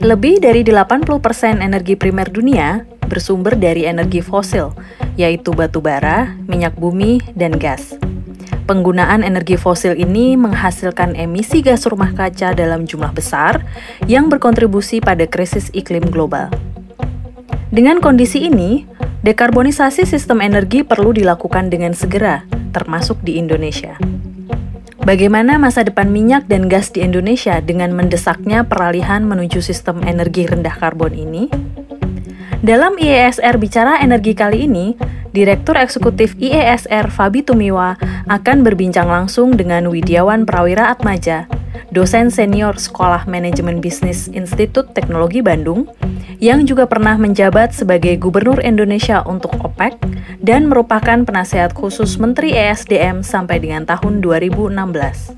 Lebih dari 80% energi primer dunia bersumber dari energi fosil, yaitu batu bara, minyak bumi, dan gas. Penggunaan energi fosil ini menghasilkan emisi gas rumah kaca dalam jumlah besar yang berkontribusi pada krisis iklim global. Dengan kondisi ini, dekarbonisasi sistem energi perlu dilakukan dengan segera, termasuk di Indonesia. Bagaimana masa depan minyak dan gas di Indonesia dengan mendesaknya peralihan menuju sistem energi rendah karbon ini? Dalam IESR Bicara Energi kali ini, Direktur Eksekutif IESR Fabi Tumiwa akan berbincang langsung dengan Widiawan Prawira Atmaja, dosen senior Sekolah Manajemen Bisnis Institut Teknologi Bandung, yang juga pernah menjabat sebagai Gubernur Indonesia untuk OPEC dan merupakan penasehat khusus Menteri ESDM sampai dengan tahun 2016.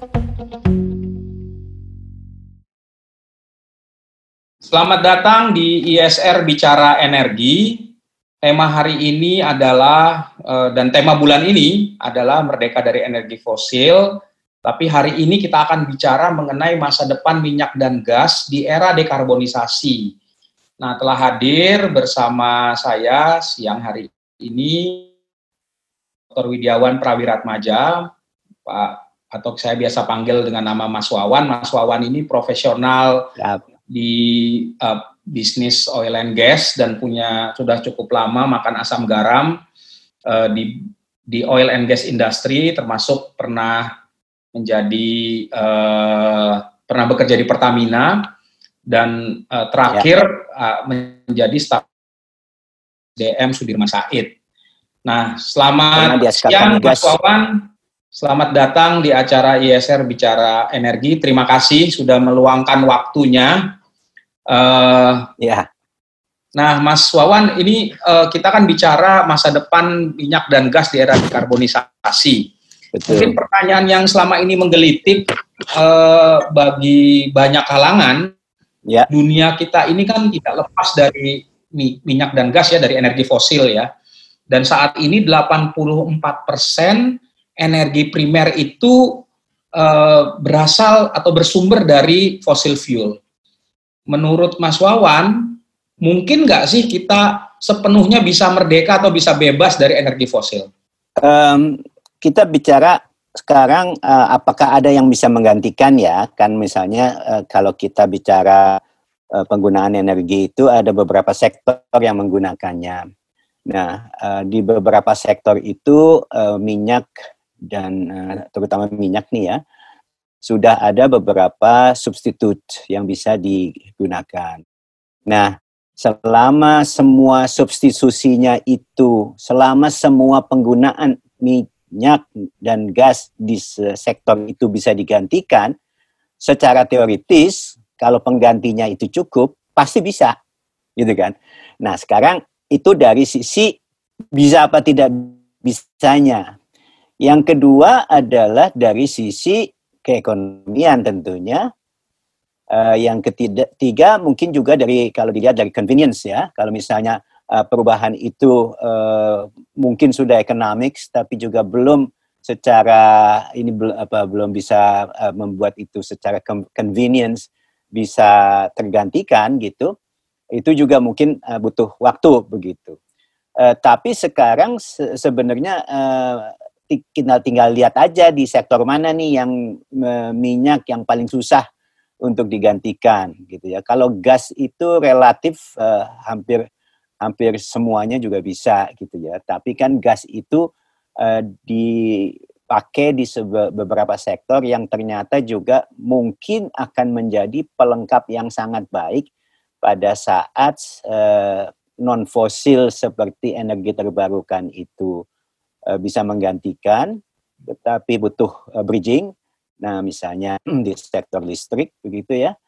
Selamat datang di IESR Bicara Energi. Tema hari ini adalah, dan tema bulan ini adalah Merdeka dari Energi Fosil. Tapi hari ini kita akan bicara mengenai masa depan minyak dan gas di era dekarbonisasi. Nah, telah hadir bersama saya siang hari ini Dr. Widiawan Prawira Atmaja, Pak, atau saya biasa panggil dengan nama Mas Wawan. Mas Wawan ini profesional di bisnis oil and gas dan sudah cukup lama makan asam garam di oil and gas industry, termasuk pernah bekerja di Pertamina dan terakhir menjadi staf DM Sudirman Said. Nah, selamat siang Mas Wawan, selamat datang di acara IESR Bicara Energi. Terima kasih sudah meluangkan waktunya. Nah, Mas Wawan, ini kita kan bicara masa depan minyak dan gas di era dekarbonisasi. Betul. Mungkin pertanyaan yang selama ini menggelitik bagi banyak kalangan, dunia kita ini kan tidak lepas dari minyak dan gas ya, dari energi fosil ya. Dan saat ini 84% energi primer itu berasal atau bersumber dari fossil fuel. Menurut Mas Wawan, mungkin nggak sih kita sepenuhnya bisa merdeka atau bisa bebas dari energi fosil? Kita bicara sekarang apakah ada yang bisa menggantikan ya, kan misalnya kalau kita bicara penggunaan energi itu ada beberapa sektor yang menggunakannya. Nah, di beberapa sektor itu minyak dan terutama minyak nih ya, sudah ada beberapa substitut yang bisa digunakan. Nah, selama semua substitusinya itu, selama semua penggunaan minyak dan gas di sektor itu bisa digantikan, secara teoritis kalau penggantinya itu cukup, pasti bisa, gitu kan. Nah, sekarang itu dari sisi bisa apa tidak bisanya. Yang kedua adalah dari sisi keekonomian tentunya. Yang ketiga mungkin juga kalau dilihat dari convenience ya. Kalau misalnya perubahan itu mungkin sudah economics, tapi juga belum belum bisa membuat itu secara convenience bisa tergantikan gitu. Itu juga mungkin butuh waktu begitu. Tapi sekarang sebenarnya kita tinggal lihat aja di sektor mana nih yang minyak yang paling susah untuk digantikan gitu ya. Kalau gas itu relatif hampir semuanya juga bisa gitu ya. Tapi kan gas itu dipakai di beberapa sektor yang ternyata juga mungkin akan menjadi pelengkap yang sangat baik pada saat non-fosil seperti energi terbarukan itu bisa menggantikan, tetapi butuh bridging. Nah, misalnya di sektor listrik begitu ya,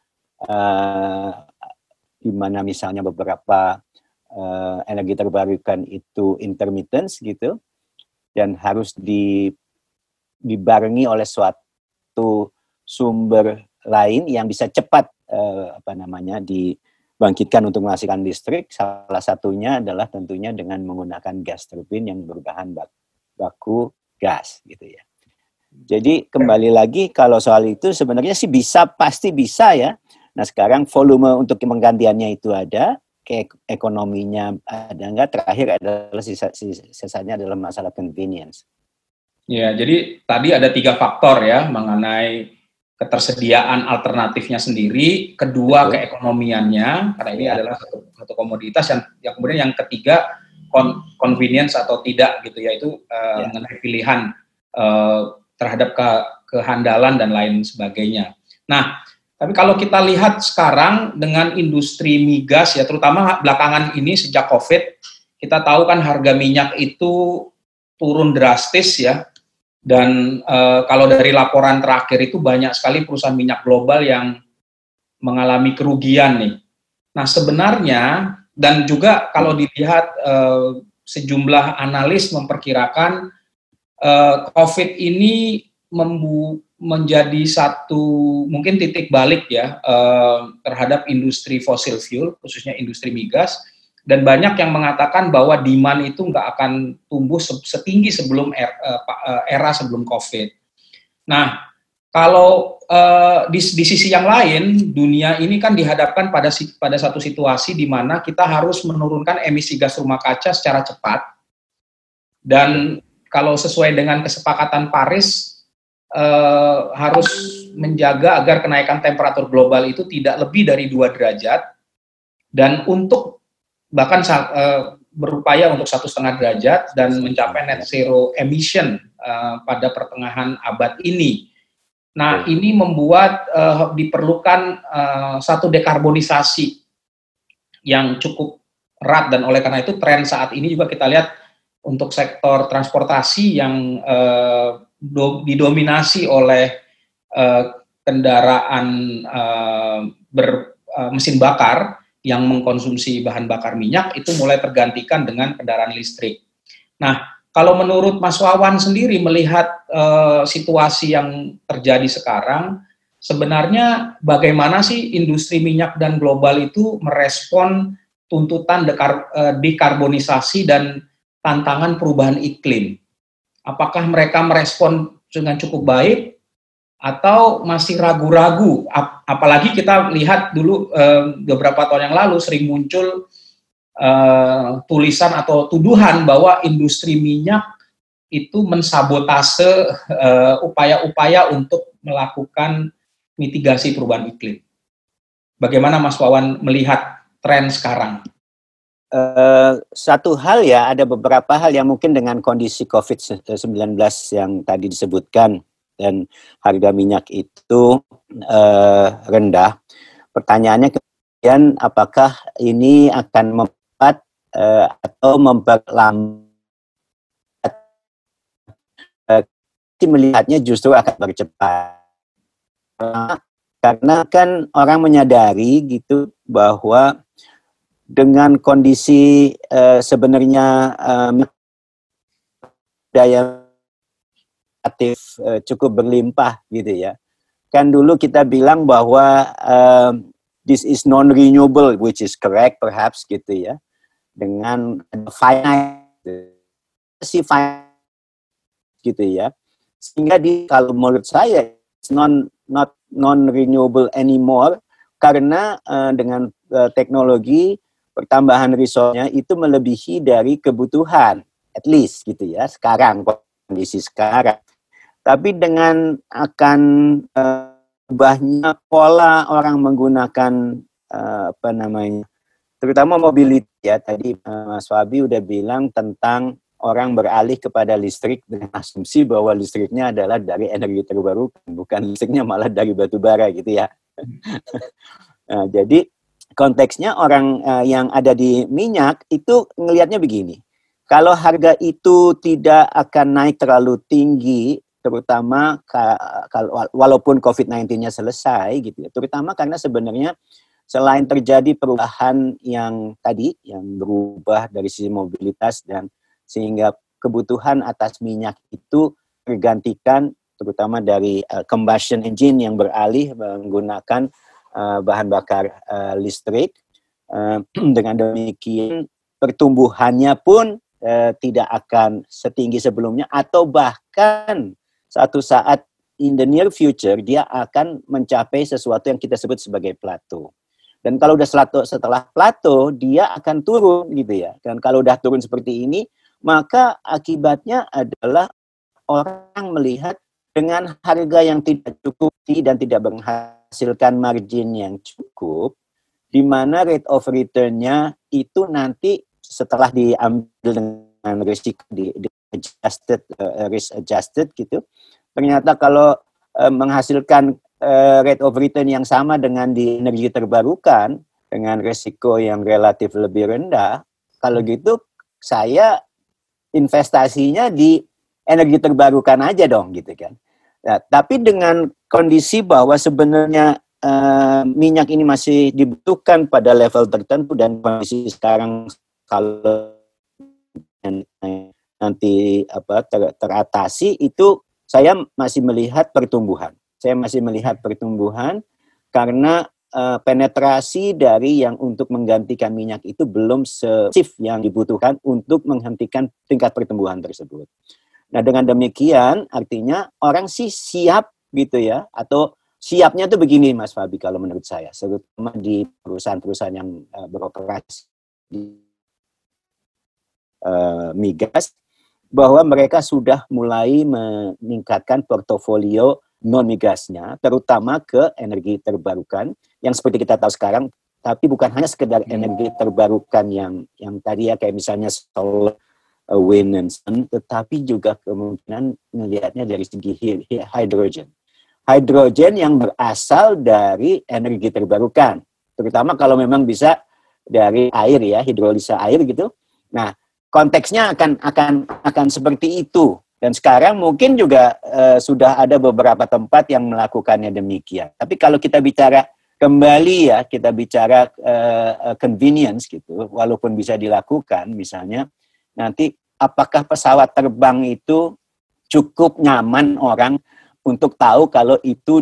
di mana misalnya beberapa energi terbarukan itu intermittent gitu, dan harus dibarengi oleh suatu sumber lain yang bisa cepat dibangkitkan untuk menghasilkan listrik. Salah satunya adalah tentunya dengan menggunakan gas turbin yang berbahan baku gas gitu ya. Jadi kembali lagi kalau soal itu sebenarnya sih pasti bisa ya. Nah sekarang volume untuk penggantiannya itu ada, ekonominya ada nggak, terakhir adalah sisanya adalah masalah convenience. Ya, jadi tadi ada 3 faktor ya mengenai ketersediaan alternatifnya sendiri, kedua keekonomiannya, karena ini adalah satu komoditas, yang kemudian yang ketiga convenience atau tidak gitu ya, itu mengenai pilihan terhadap kehandalan dan lain sebagainya. Nah, tapi kalau kita lihat sekarang dengan industri migas ya, terutama belakangan ini sejak COVID, kita tahu kan harga minyak itu turun drastis ya. Dan kalau dari laporan terakhir itu banyak sekali perusahaan minyak global yang mengalami kerugian nih. Nah sebenarnya, dan juga kalau dilihat sejumlah analis memperkirakan COVID ini menjadi satu mungkin titik balik ya terhadap industri fossil fuel, khususnya industri migas. Dan banyak yang mengatakan bahwa demand itu nggak akan tumbuh setinggi sebelum era sebelum COVID. Nah, kalau di sisi yang lain, dunia ini kan dihadapkan pada satu situasi di mana kita harus menurunkan emisi gas rumah kaca secara cepat. Dan kalau sesuai dengan kesepakatan Paris, harus menjaga agar kenaikan temperatur global itu tidak lebih dari 2 derajat. Dan untuk bahkan berupaya untuk 1,5 derajat dan mencapai net zero emission pada pertengahan abad ini. Nah, ini membuat diperlukan satu dekarbonisasi yang cukup erat, dan oleh karena itu tren saat ini juga kita lihat untuk sektor transportasi yang didominasi oleh kendaraan bermesin bakar yang mengkonsumsi bahan bakar minyak itu mulai tergantikan dengan kendaraan listrik. Nah, kalau menurut Mas Wawan sendiri melihat situasi yang terjadi sekarang, sebenarnya bagaimana sih industri minyak dan global itu merespon tuntutan dekarbonisasi dan tantangan perubahan iklim? Apakah mereka merespon dengan cukup baik atau masih ragu-ragu? Apalagi kita lihat dulu beberapa tahun yang lalu sering muncul tulisan atau tuduhan bahwa industri minyak itu mensabotase upaya-upaya untuk melakukan mitigasi perubahan iklim. Bagaimana Mas Wawan melihat tren sekarang? Satu hal ya, ada beberapa hal yang mungkin dengan kondisi COVID-19 yang tadi disebutkan dan harga minyak itu rendah. Pertanyaannya kemudian apakah ini akan mempercepat atau memperlambat? Melihatnya justru akan bercepat. Karena kan orang menyadari gitu bahwa dengan kondisi sebenarnya daya aktif cukup berlimpah gitu ya. Kan dulu kita bilang bahwa this is non-renewable, which is correct perhaps gitu ya. Dengan finite gitu ya. Sehingga kalau menurut saya it's not non-renewable anymore, karena dengan teknologi pertambahan resource-nya itu melebihi dari kebutuhan, at least gitu ya, sekarang, kondisi sekarang. Tapi dengan akan banyak pola orang menggunakan terutama mobility ya, tadi Mas Wabi udah bilang tentang orang beralih kepada listrik dengan asumsi bahwa listriknya adalah dari energi terbarukan, bukan listriknya malah dari batu bara gitu ya. Nah, jadi konteksnya orang yang ada di minyak itu ngelihatnya begini. Kalau harga itu tidak akan naik terlalu tinggi, terutama walaupun COVID-19-nya selesai gitu ya. Terutama karena sebenarnya selain terjadi perubahan yang tadi yang berubah dari sisi mobilitas dan sehingga kebutuhan atas minyak itu tergantikan terutama dari combustion engine yang beralih menggunakan bahan bakar listrik. Dengan demikian pertumbuhannya pun tidak akan setinggi sebelumnya atau bahkan satu saat in the near future dia akan mencapai sesuatu yang kita sebut sebagai plateau. Dan kalau udah setelah plateau, dia akan turun gitu ya. Dan kalau udah turun seperti ini, maka akibatnya adalah orang melihat dengan harga yang tidak cukup dan tidak menghasilkan margin yang cukup, di mana rate of return-nya itu nanti setelah diambil dengan risiko di adjusted, risk adjusted gitu, ternyata kalau menghasilkan rate of return yang sama dengan di energi terbarukan dengan risiko yang relatif lebih rendah, kalau gitu saya investasinya di energi terbarukan aja dong gitu kan. Nah, tapi dengan kondisi bahwa sebenarnya minyak ini masih dibutuhkan pada level tertentu dan kondisi sekarang kalau nanti teratasi itu saya masih melihat pertumbuhan. Saya masih melihat pertumbuhan karena penetrasi dari yang untuk menggantikan minyak itu belum se-shift yang dibutuhkan untuk menghentikan tingkat pertumbuhan tersebut. Nah, dengan demikian artinya orang sih siap gitu ya, atau siapnya tuh begini Mas Fabi kalau menurut saya, terutama di perusahaan-perusahaan yang beroperasi di migas, bahwa mereka sudah mulai meningkatkan portofolio non-migasnya, terutama ke energi terbarukan, yang seperti kita tahu sekarang, tapi bukan hanya sekedar energi terbarukan yang tadi ya, kayak misalnya solar, wind, and sun, tetapi juga kemungkinan melihatnya dari segi hydrogen. Hydrogen yang berasal dari energi terbarukan, terutama kalau memang bisa dari air ya, hidrolisa air gitu. Nah, konteksnya akan seperti itu. Dan sekarang mungkin juga sudah ada beberapa tempat yang melakukannya demikian. Tapi kalau kita bicara kembali ya, kita bicara convenience gitu, walaupun bisa dilakukan, misalnya nanti apakah pesawat terbang itu cukup nyaman orang untuk tahu kalau itu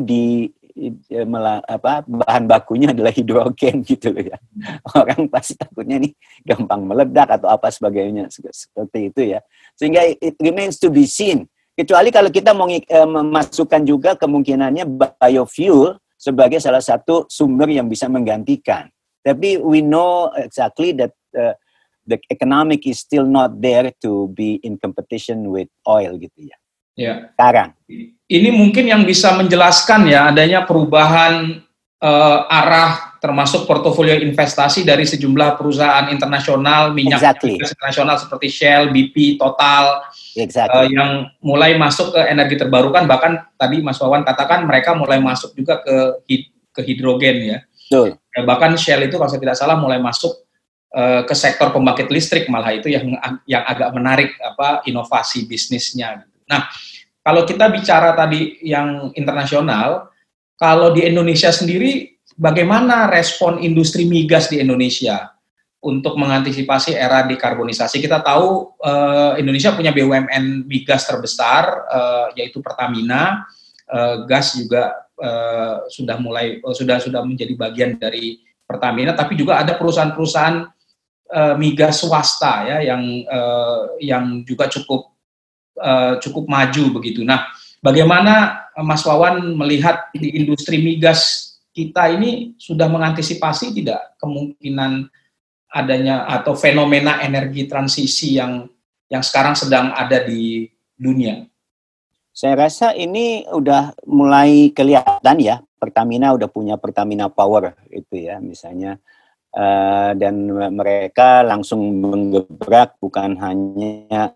bahan bakunya adalah hidrogen gitu loh ya. Orang pasti takutnya nih gampang meledak atau apa sebagainya seperti itu ya. Sehingga it remains to be seen. Kecuali kalau kita mau memasukkan juga kemungkinannya biofuel sebagai salah satu sumber yang bisa menggantikan. Tapi we know exactly that the economic is still not there to be in competition with oil gitu ya. Ya. Sekarang. Ini mungkin yang bisa menjelaskan ya adanya perubahan arah termasuk portofolio investasi dari sejumlah perusahaan internasional minyak internasional seperti Shell, BP, Total yang mulai masuk ke energi terbarukan, bahkan tadi Mas Wawan katakan mereka mulai masuk juga ke hidrogen ya. Betul. Bahkan Shell itu kalau saya tidak salah mulai masuk ke sektor pembangkit listrik, malah itu yang agak menarik inovasi bisnisnya. Nah, kalau kita bicara tadi yang internasional, kalau di Indonesia sendiri, bagaimana respon industri migas di Indonesia untuk mengantisipasi era dekarbonisasi? Kita tahu Indonesia punya BUMN migas terbesar, yaitu Pertamina. Gas juga sudah menjadi bagian dari Pertamina, tapi juga ada perusahaan-perusahaan migas swasta ya yang juga cukup maju begitu. Nah, bagaimana Mas Wawan melihat di industri migas kita ini sudah mengantisipasi tidak kemungkinan adanya atau fenomena energi transisi yang sekarang sedang ada di dunia? Saya rasa ini udah mulai kelihatan ya. Pertamina udah punya Pertamina Power itu ya misalnya. Dan mereka langsung menggebrak bukan hanya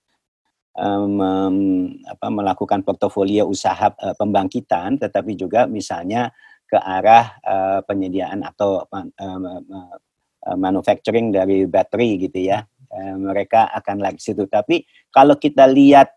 melakukan portofolio usaha pembangkitan, tetapi juga misalnya ke arah penyediaan atau manufacturing dari baterai gitu ya. Mereka akan lagi situ. Tapi kalau kita lihat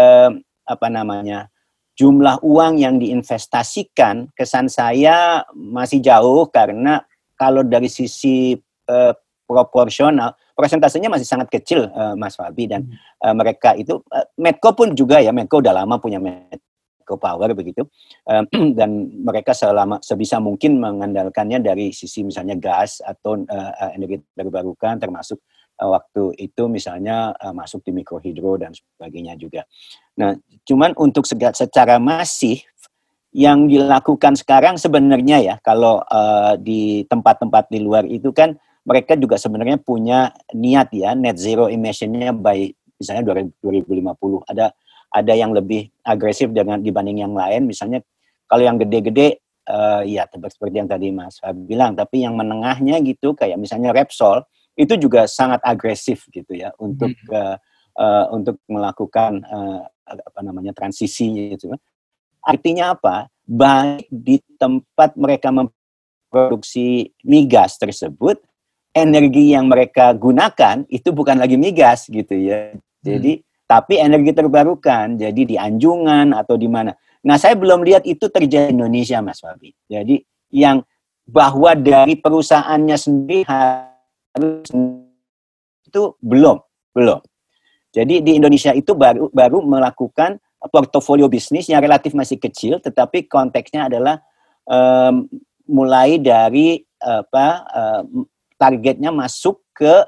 jumlah uang yang diinvestasikan, kesan saya masih jauh karena kalau dari sisi proporsional, persentasenya masih sangat kecil, Mas Fabi, dan mereka itu, Medco pun juga ya, Medco udah lama punya Medco Power begitu, dan mereka sebisa mungkin mengandalkannya dari sisi misalnya gas atau energi terbarukan, termasuk waktu itu misalnya masuk di mikrohidro dan sebagainya juga. Nah, cuman untuk secara masif yang dilakukan sekarang sebenarnya ya, kalau di tempat-tempat di luar itu kan mereka juga sebenarnya punya niat ya, net zero emission-nya by misalnya 2050. Ada yang lebih agresif dibanding yang lain, misalnya kalau yang gede-gede ya seperti yang tadi Mas Fabi bilang, tapi yang menengahnya gitu kayak misalnya Repsol itu juga sangat agresif gitu ya untuk melakukan transisi gitu. Artinya apa? Baik di tempat mereka memproduksi migas tersebut, energi yang mereka gunakan itu bukan lagi migas gitu ya. Jadi tapi energi terbarukan. Jadi di Anjungan atau di mana. Nah, saya belum lihat itu terjadi di Indonesia, Mas Fabi. Jadi yang bahwa dari perusahaannya sendiri harus itu belum. Jadi di Indonesia itu baru melakukan portofolio bisnis yang relatif masih kecil, tetapi konteksnya adalah mulai dari targetnya masuk ke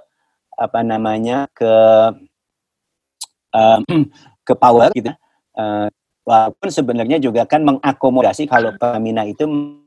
ke power gitu. Walaupun sebenarnya juga kan mengakomodasi kalau Pertamina itu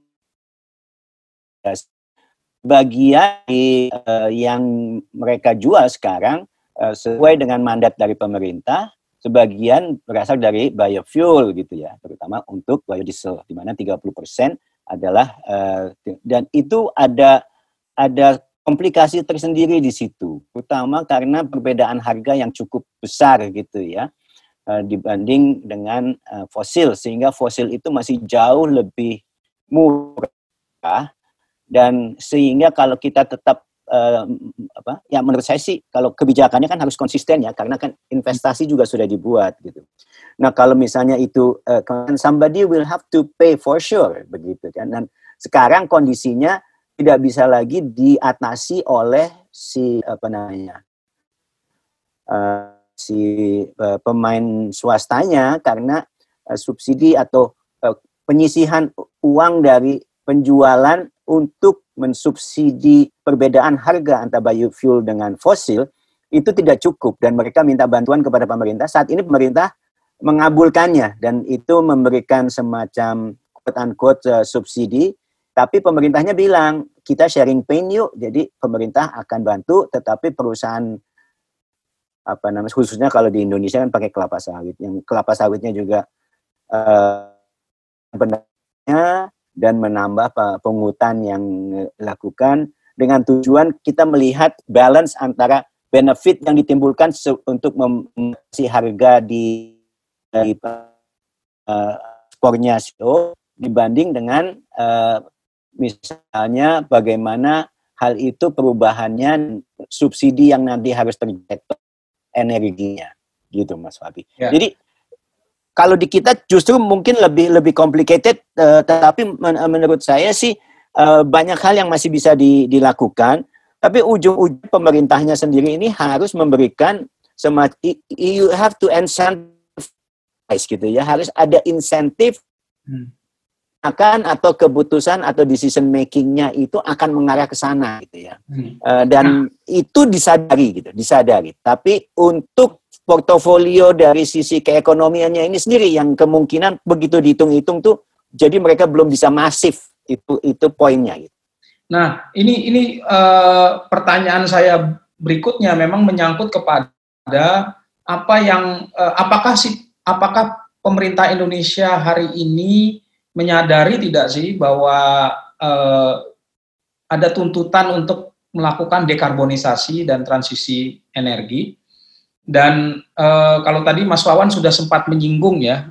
bagian yang mereka jual sekarang sesuai dengan mandat dari pemerintah, sebagian berasal dari biofuel gitu ya, terutama untuk biodiesel, di mana 30% adalah dan itu ada komplikasi tersendiri di situ, terutama karena perbedaan harga yang cukup besar gitu ya dibanding dengan fosil, sehingga fosil itu masih jauh lebih murah, dan sehingga kalau kita tetap ya menurut saya sih kalau kebijakannya kan harus konsisten ya, karena kan investasi juga sudah dibuat gitu. Nah, kalau misalnya itu somebody will have to pay for sure begitu kan, dan sekarang kondisinya tidak bisa lagi diatasi oleh si pemain swastanya, karena subsidi atau penyisihan uang dari penjualan untuk mensubsidi perbedaan harga antara biofuel dengan fosil itu tidak cukup, dan mereka minta bantuan kepada pemerintah. Saat ini pemerintah mengabulkannya dan itu memberikan semacam quote-unquote subsidi, tapi pemerintahnya bilang kita sharing pain yuk, jadi pemerintah akan bantu, tetapi perusahaan khususnya kalau di Indonesia kan pakai kelapa sawit, yang kelapa sawitnya juga benarnya dan menambah pungutan yang dilakukan dengan tujuan kita melihat balance antara benefit yang ditimbulkan untuk mengatasi harga di ekspornya dibanding dengan misalnya bagaimana hal itu perubahannya subsidi yang nanti harus terjatuh energinya gitu Mas Fabi. Ya. Jadi kalau di kita justru mungkin lebih complicated, tetapi menurut saya sih banyak hal yang masih bisa dilakukan, tapi ujung-ujung pemerintahnya sendiri ini harus memberikan semacam you have to incentivize gitu ya, harus ada insentif akan atau keputusan atau decision making-nya itu akan mengarah ke sana gitu ya. Dan itu disadari. Tapi untuk portofolio dari sisi keekonomiannya ini sendiri yang kemungkinan begitu dihitung-hitung tuh jadi mereka belum bisa masif, itu poinnya gitu. Nah, ini pertanyaan saya berikutnya memang menyangkut kepada apakah pemerintah Indonesia hari ini menyadari tidak sih bahwa ada tuntutan untuk melakukan dekarbonisasi dan transisi energi. Dan kalau tadi Mas Wawan sudah sempat menyinggung ya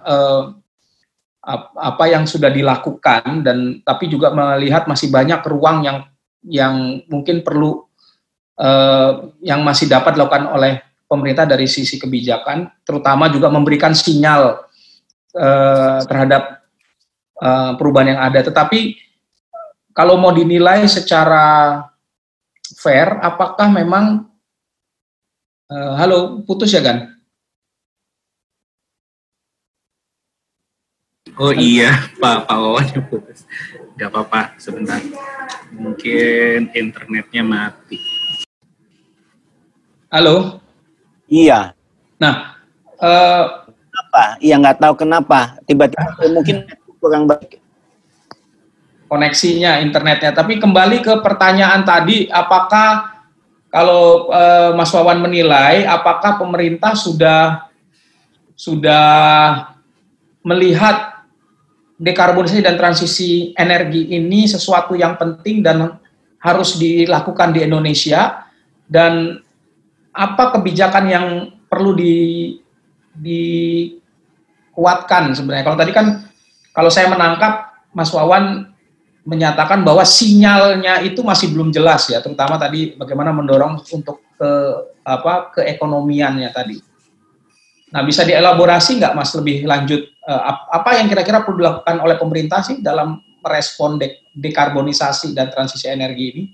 apa yang sudah dilakukan, dan tapi juga melihat masih banyak ruang yang mungkin perlu yang masih dapat dilakukan oleh pemerintah dari sisi kebijakan, terutama juga memberikan sinyal terhadap perubahan yang ada. Tetapi kalau mau dinilai secara fair, apakah memang halo, putus ya Gan? Oh iya, Pak Wawan putus. Gak apa-apa, sebentar. Mungkin internetnya mati. Halo. Iya. Nah, Kenapa? Iya, nggak tahu kenapa. Tiba-tiba mungkin kurang baik koneksinya, internetnya. Tapi kembali ke pertanyaan tadi, apakah kalau Mas Wawan menilai, apakah pemerintah sudah melihat dekarbonisasi dan transisi energi ini sesuatu yang penting dan harus dilakukan di Indonesia, dan apa kebijakan yang perlu dikuatkan sebenarnya? Kalau tadi kan, kalau saya menangkap Mas Wawan menyatakan bahwa sinyalnya itu masih belum jelas ya, terutama tadi bagaimana mendorong untuk keekonomiannya tadi. Nah, bisa dielaborasi nggak Mas lebih lanjut apa yang kira-kira perlu dilakukan oleh pemerintah sih dalam merespon dekarbonisasi dan transisi energi ini?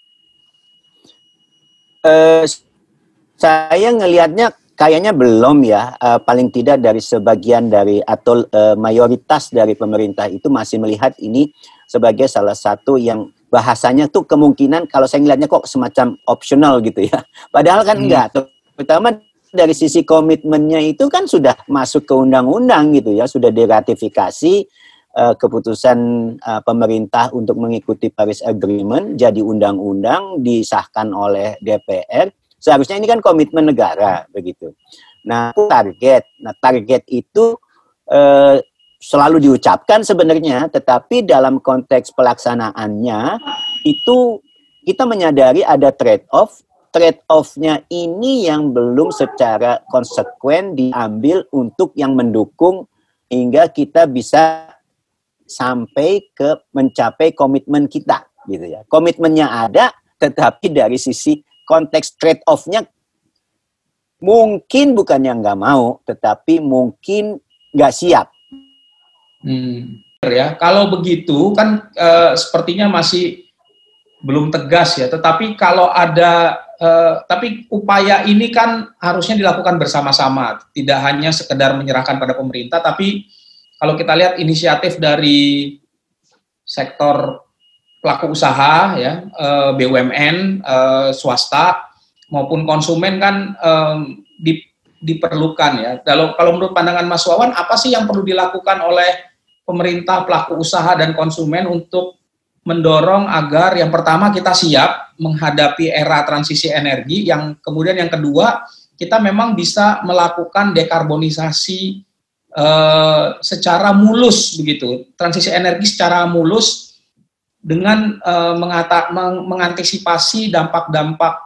Saya ngelihatnya kayaknya belum ya, paling tidak dari sebagian dari atau mayoritas dari pemerintah itu masih melihat ini sebagai salah satu yang bahasanya tuh kemungkinan kalau saya ngelihatnya kok semacam optional gitu ya. Padahal kan enggak, terutama dari sisi komitmennya itu kan sudah masuk ke undang-undang gitu ya, sudah diratifikasi keputusan pemerintah untuk mengikuti Paris Agreement jadi undang-undang disahkan oleh DPR. Seharusnya ini kan komitmen negara begitu. Nah, target itu selalu diucapkan sebenarnya, tetapi dalam konteks pelaksanaannya itu kita menyadari ada trade-off. Trade-off-nya ini yang belum secara konsekuen diambil untuk yang mendukung hingga kita bisa sampai ke mencapai komitmen kita gitu ya. Komitmennya ada, tetapi dari sisi konteks trade-off-nya mungkin bukan yang nggak mau, tetapi mungkin nggak siap. Ya, kalau begitu kan sepertinya masih belum tegas ya. Tetapi kalau ada, tapi upaya ini kan harusnya dilakukan bersama-sama, tidak hanya sekedar menyerahkan pada pemerintah, tapi kalau kita lihat inisiatif dari sektor pelaku usaha ya, BUMN, swasta maupun konsumen kan diperlukan ya. Kalau menurut pandangan Mas Wawan, apa sih yang perlu dilakukan oleh pemerintah, pelaku usaha dan konsumen untuk mendorong agar yang pertama kita siap menghadapi era transisi energi, yang kemudian yang kedua kita memang bisa melakukan dekarbonisasi secara mulus begitu, transisi energi secara mulus dengan mengantisipasi dampak-dampak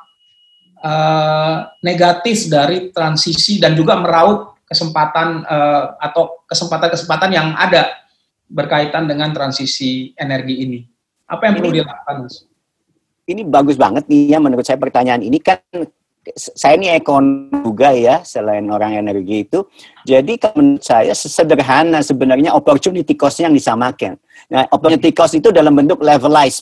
negatif dari transisi dan juga meraup kesempatan atau kesempatan-kesempatan yang ada berkaitan dengan transisi energi ini. Apa yang perlu dilakukan, Mas? Ini bagus banget nih ya menurut saya pertanyaan ini. Kan saya ini ekonom juga ya, selain orang energi itu. Jadi menurut saya sederhana sebenarnya opportunity cost yang disamakan. Nah, opportunity cost itu dalam bentuk levelized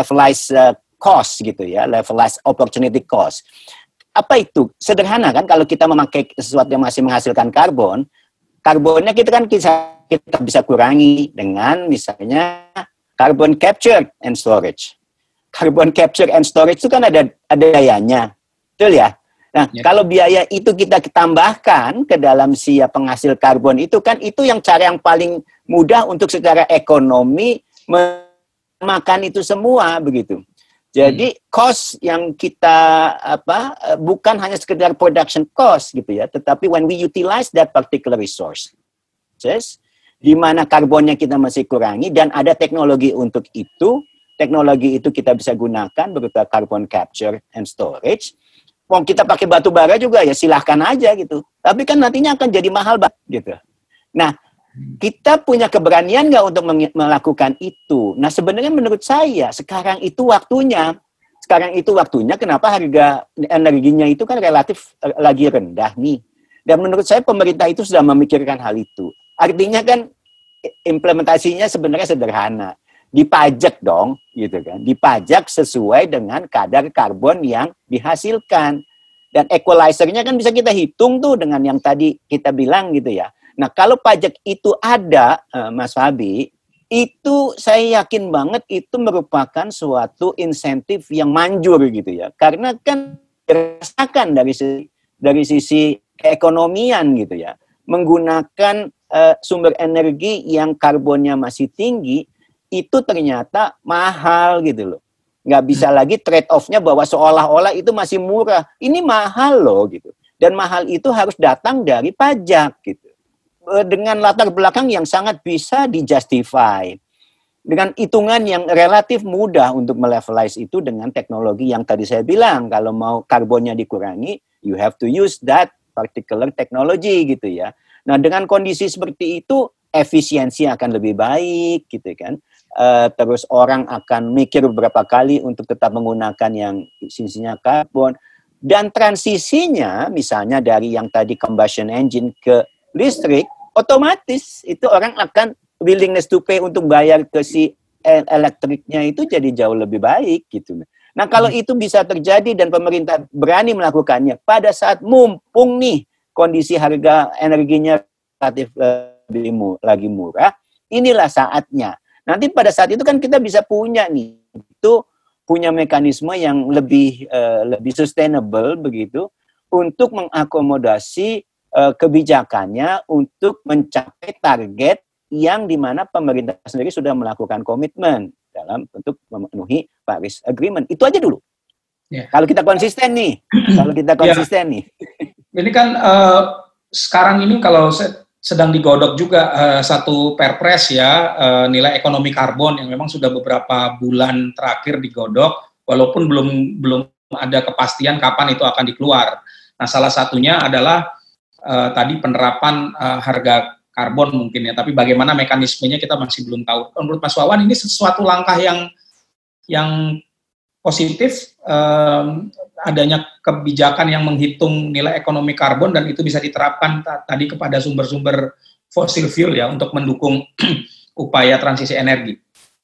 cost gitu ya, levelized opportunity cost. Apa itu? Sederhana kan, kalau kita memakai sesuatu yang masih menghasilkan karbonnya kita bisa kurangi dengan misalnya carbon capture and storage. Carbon capture and storage itu kan ada dayanya, betul ya? Nah, kalau biaya itu kita tambahkan ke dalam penghasil karbon itu kan, itu yang cara yang paling mudah untuk secara ekonomi memakan itu semua begitu. Jadi cost yang kita bukan hanya sekedar production cost gitu ya, tetapi when we utilize that particular resource, di mana karbonnya kita masih kurangi dan ada teknologi untuk itu, teknologi itu kita bisa gunakan berupa carbon capture and storage. Mau kita pakai batu bara juga ya silahkan aja gitu. Tapi kan nantinya akan jadi mahal banget gitu. Nah, kita punya keberanian nggak untuk melakukan itu? Nah, sebenarnya menurut saya sekarang itu waktunya. Sekarang itu waktunya. Kenapa harga energinya itu kan relatif lagi rendah nih. Dan menurut saya pemerintah itu sudah memikirkan hal itu. Artinya kan implementasinya sebenarnya sederhana. Dipajak dong, gitu kan. Dipajak sesuai dengan kadar karbon yang dihasilkan. Dan equalizer-nya kan bisa kita hitung tuh dengan yang tadi kita bilang gitu ya. Nah, kalau pajak itu ada, Mas Fabi, itu saya yakin banget itu merupakan suatu insentif yang manjur gitu ya. Karena kan dirasakan dari sisi keekonomian gitu ya. Menggunakan sumber energi yang karbonnya masih tinggi itu ternyata mahal gitu loh. Nggak bisa lagi trade off-nya bahwa seolah-olah itu masih murah. Ini mahal loh gitu. Dan mahal itu harus datang dari pajak gitu. Dengan latar belakang yang sangat bisa dijustify. Dengan hitungan yang relatif mudah untuk melevelize itu dengan teknologi yang tadi saya bilang. Kalau mau karbonnya dikurangi, you have to use that particular technology gitu ya. Nah, dengan kondisi seperti itu, efisiensi akan lebih baik gitu kan. Terus orang akan mikir beberapa kali untuk tetap menggunakan yang isinya karbon. Dan transisinya misalnya dari yang tadi combustion engine ke listrik, otomatis itu orang akan willingness to pay untuk bayar ke si elektriknya itu jadi jauh lebih baik gitu. Nah, kalau itu bisa terjadi dan pemerintah berani melakukannya pada saat mumpung nih kondisi harga energinya relatif lagi murah, inilah saatnya. Nanti pada saat itu kan kita bisa punya mekanisme yang lebih sustainable begitu untuk mengakomodasi kebijakannya untuk mencapai target yang dimana pemerintah sendiri sudah melakukan komitmen dalam untuk memenuhi Paris Agreement. Itu aja dulu. Ya. Kalau kita konsisten nih, Ini kan sekarang ini kalau sedang digodok juga satu perpres ya, nilai ekonomi karbon yang memang sudah beberapa bulan terakhir digodok, walaupun belum ada kepastian kapan itu akan dikeluar. Nah, salah satunya adalah tadi penerapan harga karbon mungkin ya, tapi bagaimana mekanismenya kita masih belum tahu. Menurut Mas Wawan ini sesuatu langkah yang positif, adanya kebijakan yang menghitung nilai ekonomi karbon dan itu bisa diterapkan tadi kepada sumber-sumber fosil fuel ya untuk mendukung upaya transisi energi.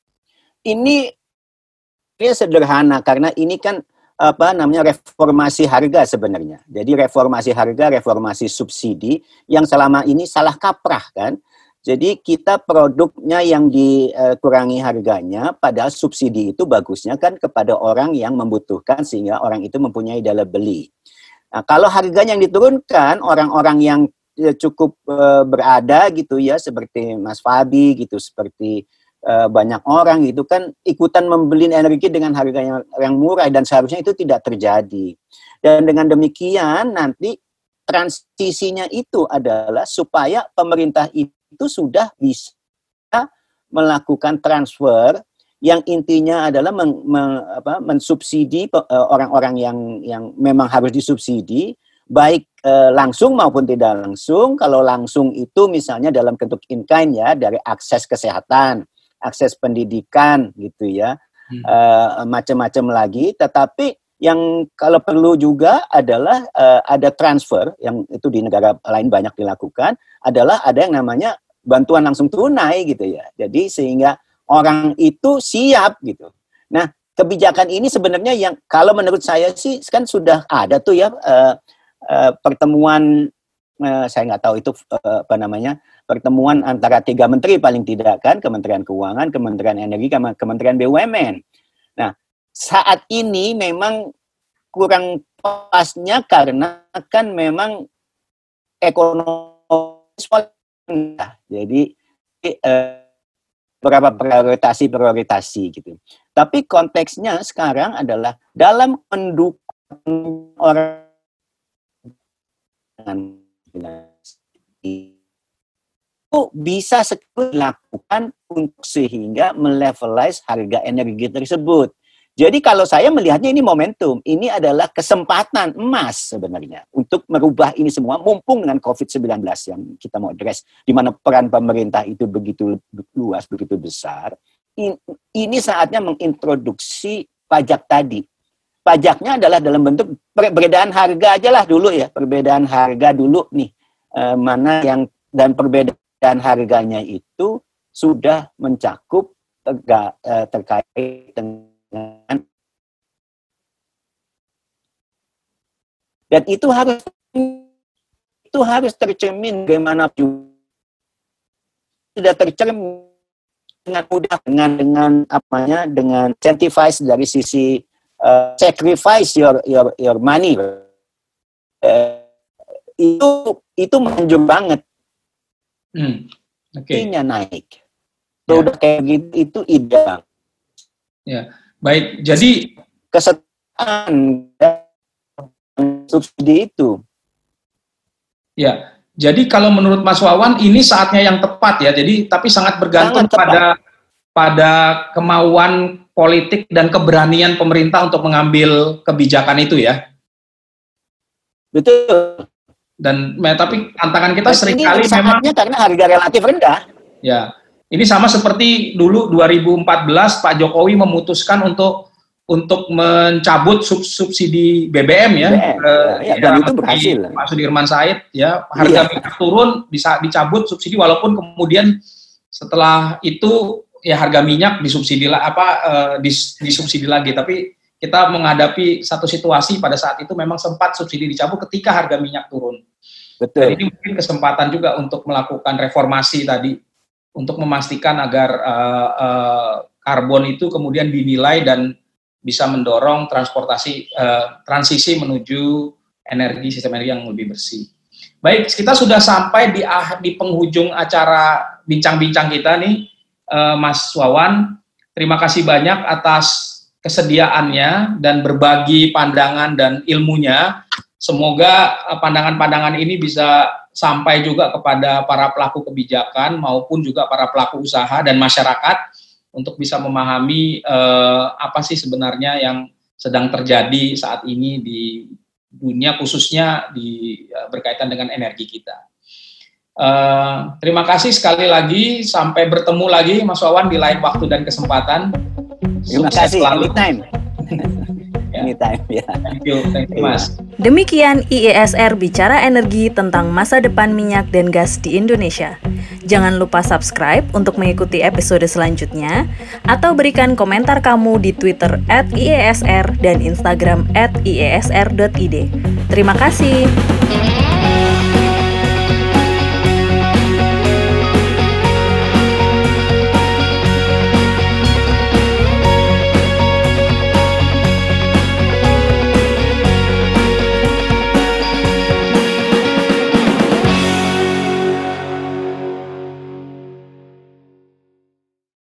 Ini sederhana karena ini kan reformasi harga sebenarnya. Jadi reformasi subsidi yang selama ini salah kaprah kan. Jadi kita produknya yang dikurangi harganya, padahal subsidi itu bagusnya kan kepada orang yang membutuhkan sehingga orang itu mempunyai daya beli. Nah, kalau harganya yang diturunkan, orang-orang yang cukup berada gitu ya, seperti Mas Fabi gitu, seperti banyak orang gitu kan ikutan membeli energi dengan harga yang murah dan seharusnya itu tidak terjadi. Dan dengan demikian nanti transisinya itu adalah supaya pemerintah itu sudah bisa melakukan transfer yang intinya adalah mensubsidi orang-orang yang memang harus disubsidi, baik langsung maupun tidak langsung. Kalau langsung itu misalnya dalam bentuk in-kind ya, dari akses kesehatan, akses pendidikan gitu ya, macam-macam lagi. Tetapi yang kalau perlu juga adalah ada transfer yang itu di negara lain banyak dilakukan, adalah ada yang namanya bantuan langsung tunai gitu ya. Jadi sehingga orang itu siap gitu. Nah, kebijakan ini sebenarnya yang kalau menurut saya sih kan sudah ada tuh ya pertemuan, saya nggak tahu itu pertemuan antara 3 menteri paling tidak kan, Kementerian Keuangan, Kementerian Energi, Kementerian BUMN. Nah, saat ini memang kurang pasnya karena kan memang ekonomi. Jadi beberapa prioritasi gitu. Tapi konteksnya sekarang adalah dalam mendukung orang itu bisa dilakukan untuk sehingga melevelize harga energi tersebut. Jadi kalau saya melihatnya ini momentum, ini adalah kesempatan emas sebenarnya untuk merubah ini semua, mumpung dengan COVID-19 yang kita mau address, di mana peran pemerintah itu begitu luas, begitu besar. Ini saatnya mengintroduksi pajak tadi. Pajaknya adalah dalam bentuk perbedaan harga aja lah dulu ya, perbedaan harga dulu nih, mana yang dan perbedaan harganya itu sudah mencakup terkait dengan dan itu harus tercermin bagaimana sudah tercermin dengan mudah dengan incentivize dari sisi sacrifice your money. Itu manjur banget. Nya naik. Udah kayak gitu, itu ide bang. Ya, baik. Jadi kesetaraan subsidi itu. Ya, jadi kalau menurut Mas Wawan ini saatnya yang tepat ya. Jadi tapi sangat bergantung pada kemauan politik dan keberanian pemerintah untuk mengambil kebijakan itu ya. Betul. Dan tapi tantangan kita seringkali memang karena harga relatif rendah. Ya. Ini sama seperti dulu 2014 Pak Jokowi memutuskan untuk mencabut subsidi BBM ya. Dan itu berhasil. Pak Sudirman Said ya, harga minyak turun bisa dicabut subsidi walaupun kemudian setelah itu ya harga minyak disubsidi disubsidi lagi, tapi kita menghadapi satu situasi pada saat itu memang sempat subsidi dicabut ketika harga minyak turun. Betul. Dan ini mungkin kesempatan juga untuk melakukan reformasi tadi, untuk memastikan agar karbon itu kemudian dinilai dan bisa mendorong transisi menuju sistem energi yang lebih bersih. Baik, kita sudah sampai di penghujung acara bincang-bincang kita nih, Mas Wawan. Terima kasih banyak atas kesediaannya dan berbagi pandangan dan ilmunya. Semoga pandangan-pandangan ini bisa sampai juga kepada para pelaku kebijakan maupun juga para pelaku usaha dan masyarakat untuk bisa memahami apa sih sebenarnya yang sedang terjadi saat ini di dunia, khususnya berkaitan dengan energi kita. Terima kasih sekali lagi, sampai bertemu lagi Mas Wawan di lain waktu dan kesempatan. Terima kasih, anytime. Anytime, ya. Thank you Mas. Demikian IESR Bicara Energi tentang masa depan minyak dan gas di Indonesia. Jangan lupa subscribe untuk mengikuti episode selanjutnya, atau berikan komentar kamu di Twitter @IESR dan Instagram @iesr.id. Terima kasih.